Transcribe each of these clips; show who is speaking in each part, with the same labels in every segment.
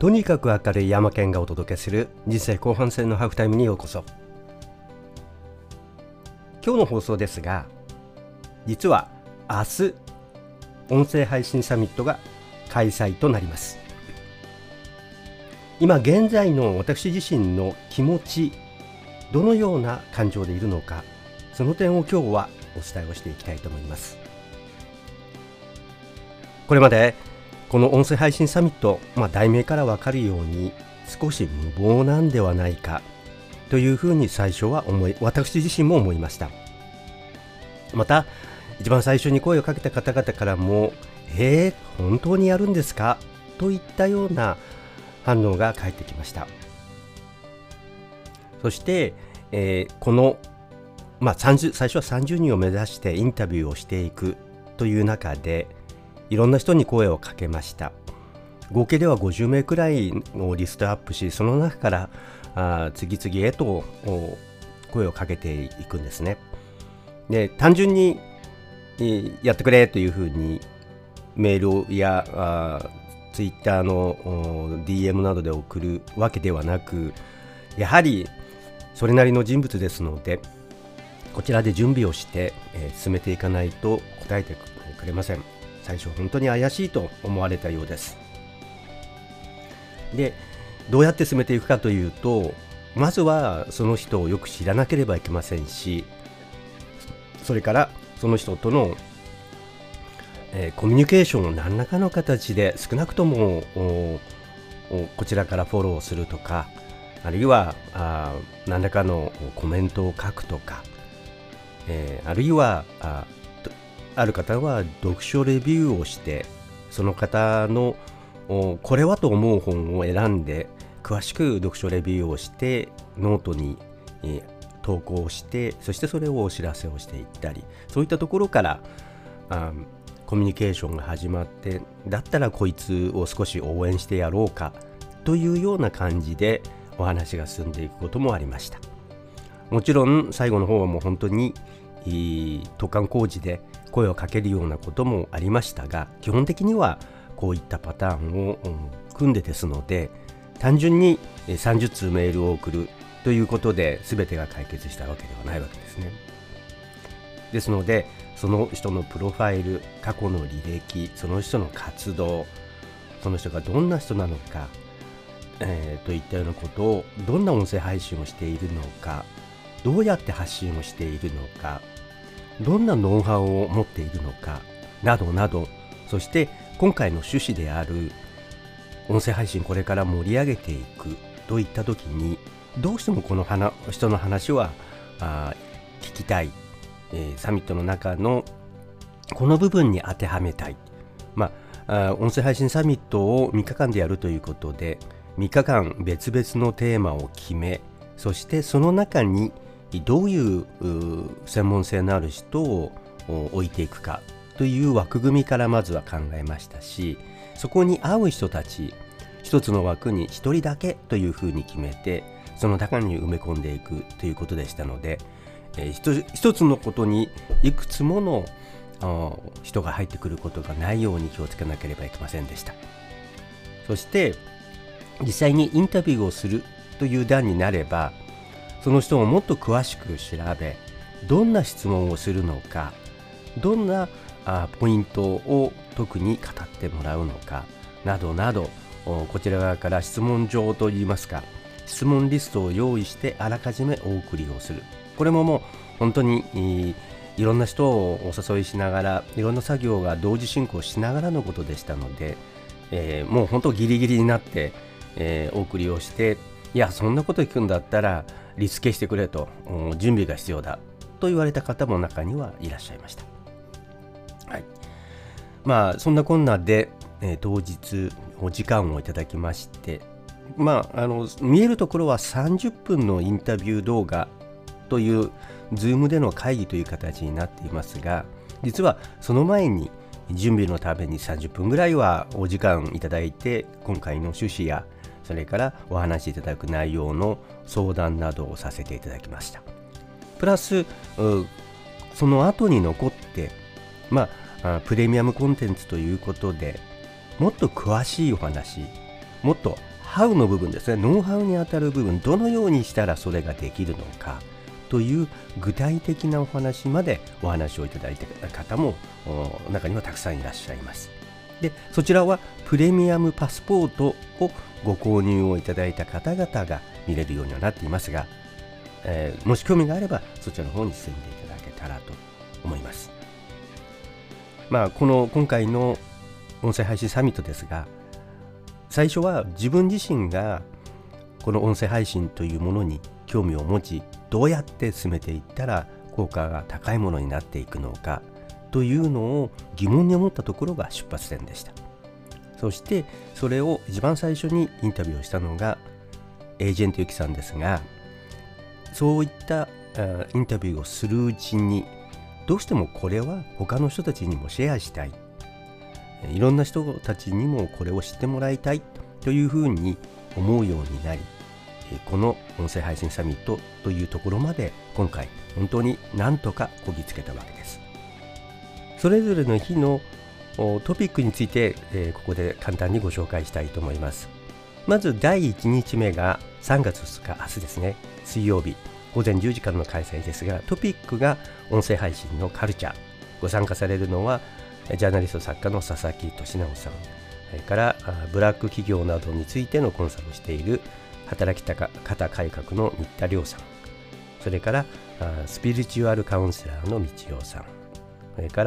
Speaker 1: とにかく明るい山県がお届けする人生後半戦のハーフタイムにようこそ。今日の放送ですが、実は明日音声配信サミットが開催となります。今現在の私自身の気持ち、どのような感情でいるのか、その点を今日はお伝えをしていきたいと思います。これまでこの音声配信サミット、題名からわかるように少し無謀なんではないかというふうに最初は私自身も思いました。また一番最初に声をかけた方々からも本当にやるんですかといったような反応が返ってきました。そして、この、最初は30人を目指してインタビューをしていくという中でいろんな人に声をかけました。合計では50名くらいをリストアップし、その中から次々へと声をかけていくんですね。で、単純にやってくれというふうにメールやツイッターの DM などで送るわけではなく、やはりそれなりの人物ですので、こちらで準備をして、進めていかないと答えてくれません。最初本当に怪しいと思われたようです。で、どうやって進めていくかというと、まずはその人をよく知らなければいけませんし、それからその人との、コミュニケーションを何らかの形で少なくともこちらからフォローするとか、あるいは何らかのコメントを書くとか、あるいはある方は読書レビューをして、その方のこれはと思う本を選んで詳しく読書レビューをしてノートに投稿して、そしてそれをお知らせをしていったり、そういったところからコミュニケーションが始まって、だったらこいつを少し応援してやろうかというような感じでお話が進んでいくこともありました。もちろん最後の方はもう本当に突貫工事で声をかけるようなこともありましたが、基本的にはこういったパターンを組んでですので、単純に30通メールを送るということで全てが解決したわけではないわけですね。ですので、その人のプロファイル、過去の履歴、その人の活動、その人がどんな人なのか、といったようなことを、どんな音声配信をしているのか、どうやって発信をしているのか、どんなノウハウを持っているのかなどなど、そして今回の趣旨である音声配信これから盛り上げていくといった時に、どうしてもこの人の話は聞きたい、サミットの中のこの部分に当てはめたい、音声配信サミットを3日間でやるということで、3日間別々のテーマを決め、そしてその中にどういう専門性のある人を置いていくかという枠組みからまずは考えましたし、そこに合う人たち一つの枠に一人だけというふうに決めて、その中に埋め込んでいくということでしたので、一つのことにいくつもの人が入ってくることがないように気をつけなければいけませんでした。そして実際にインタビューをするという段になれば、その人をもっと詳しく調べ、どんな質問をするのか、どんなポイントを特に語ってもらうのかなどなど、こちら側から質問状といいますか、質問リストを用意してあらかじめお送りをする。これももう本当にいろんな人をお誘いしながら、いろんな作業が同時進行しながらのことでしたので、もう本当ギリギリになって、お送りをして、いやそんなこと聞くんだったらリスケしてくれと、準備が必要だと言われた方も中にはいらっしゃいました。はい、そんなこんなで、当日お時間をいただきまして、見えるところは30分のインタビュー動画というZoomでの会議という形になっていますが、実はその前に準備のために30分ぐらいはお時間いただいて、今回の趣旨やそれからお話しいただく内容の相談などをさせていただきました。プラスその後に残って、プレミアムコンテンツということで、もっと詳しいお話、もっとハウの部分ですね、ノウハウにあたる部分、どのようにしたらそれができるのかという具体的なお話までお話をいただいた方も中にはたくさんいらっしゃいます。でそちらはプレミアムパスポートをご購入をいただいた方々が見れるようにはなっていますが、もし興味があればそちらの方に進んでいただけたらと思います。今回の音声配信サミットですが、最初は自分自身がこの音声配信というものに興味を持ち、どうやって進めていったら効果が高いものになっていくのかというのを疑問に思ったところが出発点でした。そしてそれを一番最初にインタビューをしたのがエージェントゆきさんですが、そういったインタビューをするうちにどうしてもこれは他の人たちにもシェアしたい、いろんな人たちにもこれを知ってもらいたいというふうに思うようになり、この音声配信サミットというところまで今回本当になんとかこぎつけたわけです。それぞれの日のトピックについて、ここで簡単にご紹介したいと思います。まず第1日目が3月2日、明日ですね、水曜日午前10時からの開催ですが、トピックが音声配信のカルチャー。ご参加されるのはジャーナリスト作家の佐々木俊直さん、それからブラック企業などについてのコンサルをしている働き方改革の新田亮さん、それからスピリチュアルカウンセラーの道夫さん、それから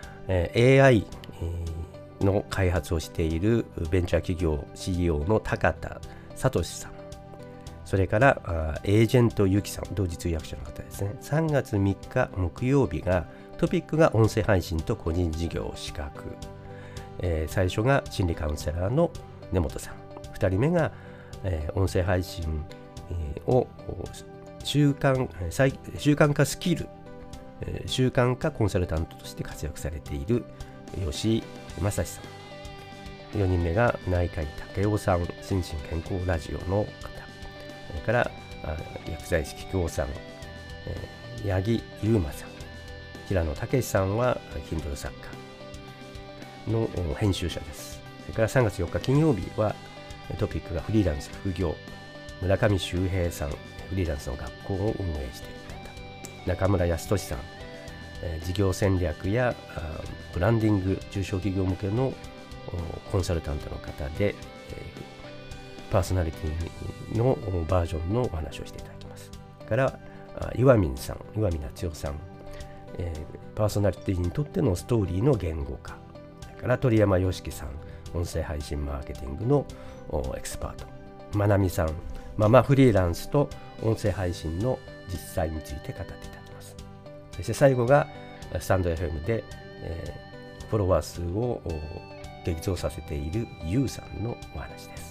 Speaker 1: 、AI の開発をしているベンチャー企業 CEO の高田聡さん、それからエージェントゆきさん、同時通訳者の方ですね。3月3日木曜日がトピックが音声配信と個人事業資格、最初が心理カウンセラーの根本さん、2人目が、音声配信、を習慣化スキル、習慣化コンサルタントとして活躍されている吉井正史さん、4人目が内海武雄さん、心身健康ラジオの方、それから薬剤師菊尾さん、八木優馬さん、平野武さんは Kindle 作家の編集者です。それから3月4日金曜日はトピックがフリーランス副業、村上修平さん、フリーランスの学校を運営している方、中村康俊さん、事業戦略やブランディング、中小企業向けのコンサルタントの方で、パーソナリティのバージョンのお話をしていただきます。から岩見さん、岩見夏代さん、パーソナリティにとってのストーリーの言語化、それから鳥山良樹さん、音声配信マーケティングのエキスパート、まなみさん、ママフリーランスと音声配信の実際について語っていただきます。そして最後がスタンド FM で、フォロワー数を激増させているゆうさんのお話です。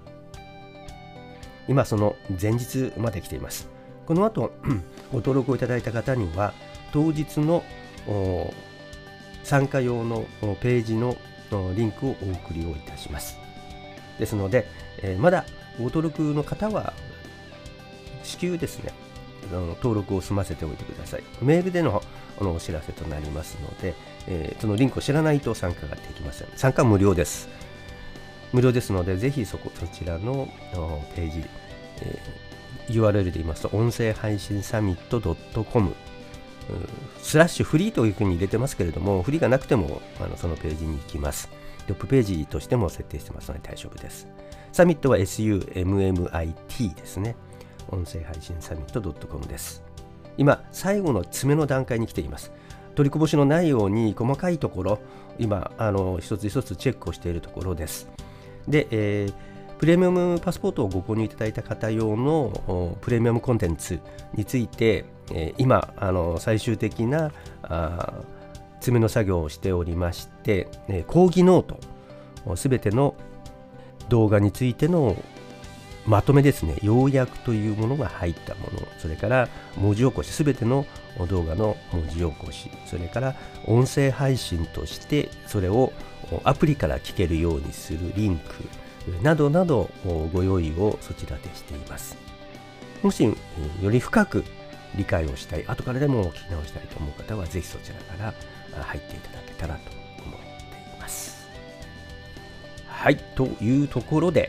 Speaker 1: 今その前日まで来ています。この後ご登録をいただいた方には当日の参加用のページのリンクをお送りをいたします。ですので、まだご登録の方は至急ですね、登録を済ませておいてください。メールでのお知らせとなりますので、そのリンクを知らないと参加ができません。参加は無料です。無料ですので、ぜひそちらのページ、URL で言いますと、音声配信サミット .com /フリーというふうに入れてますけれども、フリーがなくてもそのページに行きます。トップページとしても設定してますので大丈夫です。サミットは SUMMIT ですね。音声配信サミット .com です。今、最後の詰めの段階に来ています。取りこぼしのないように細かいところ、今一つ一つチェックをしているところです。で、プレミアムパスポートをご購入いただいた方用のプレミアムコンテンツについて、今最終的な詰めの作業をしておりまして、講義ノートすべての動画についてのまとめですね、要約というものが入ったもの、それから文字起こし、すべての動画の文字起こし、それから音声配信としてそれをアプリから聞けるようにするリンクなどなどご用意をそちらでしています。もしより深く理解をしたい、後からでも聞き直したいと思う方はぜひそちらから入っていただけたらと思っています。はい、というところで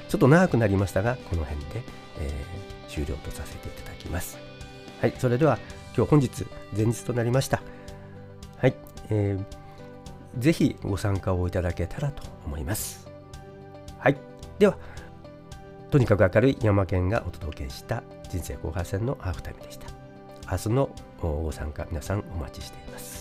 Speaker 1: ちょっと長くなりましたが、この辺で、終了とさせていただきます。はい、それでは本日前日となりました。はい、ぜひご参加をいただけたらと思います。はい、ではとにかく明るい山県がお届けした人生後半戦のハーフタイムでした。明日のご参加皆さんお待ちしています。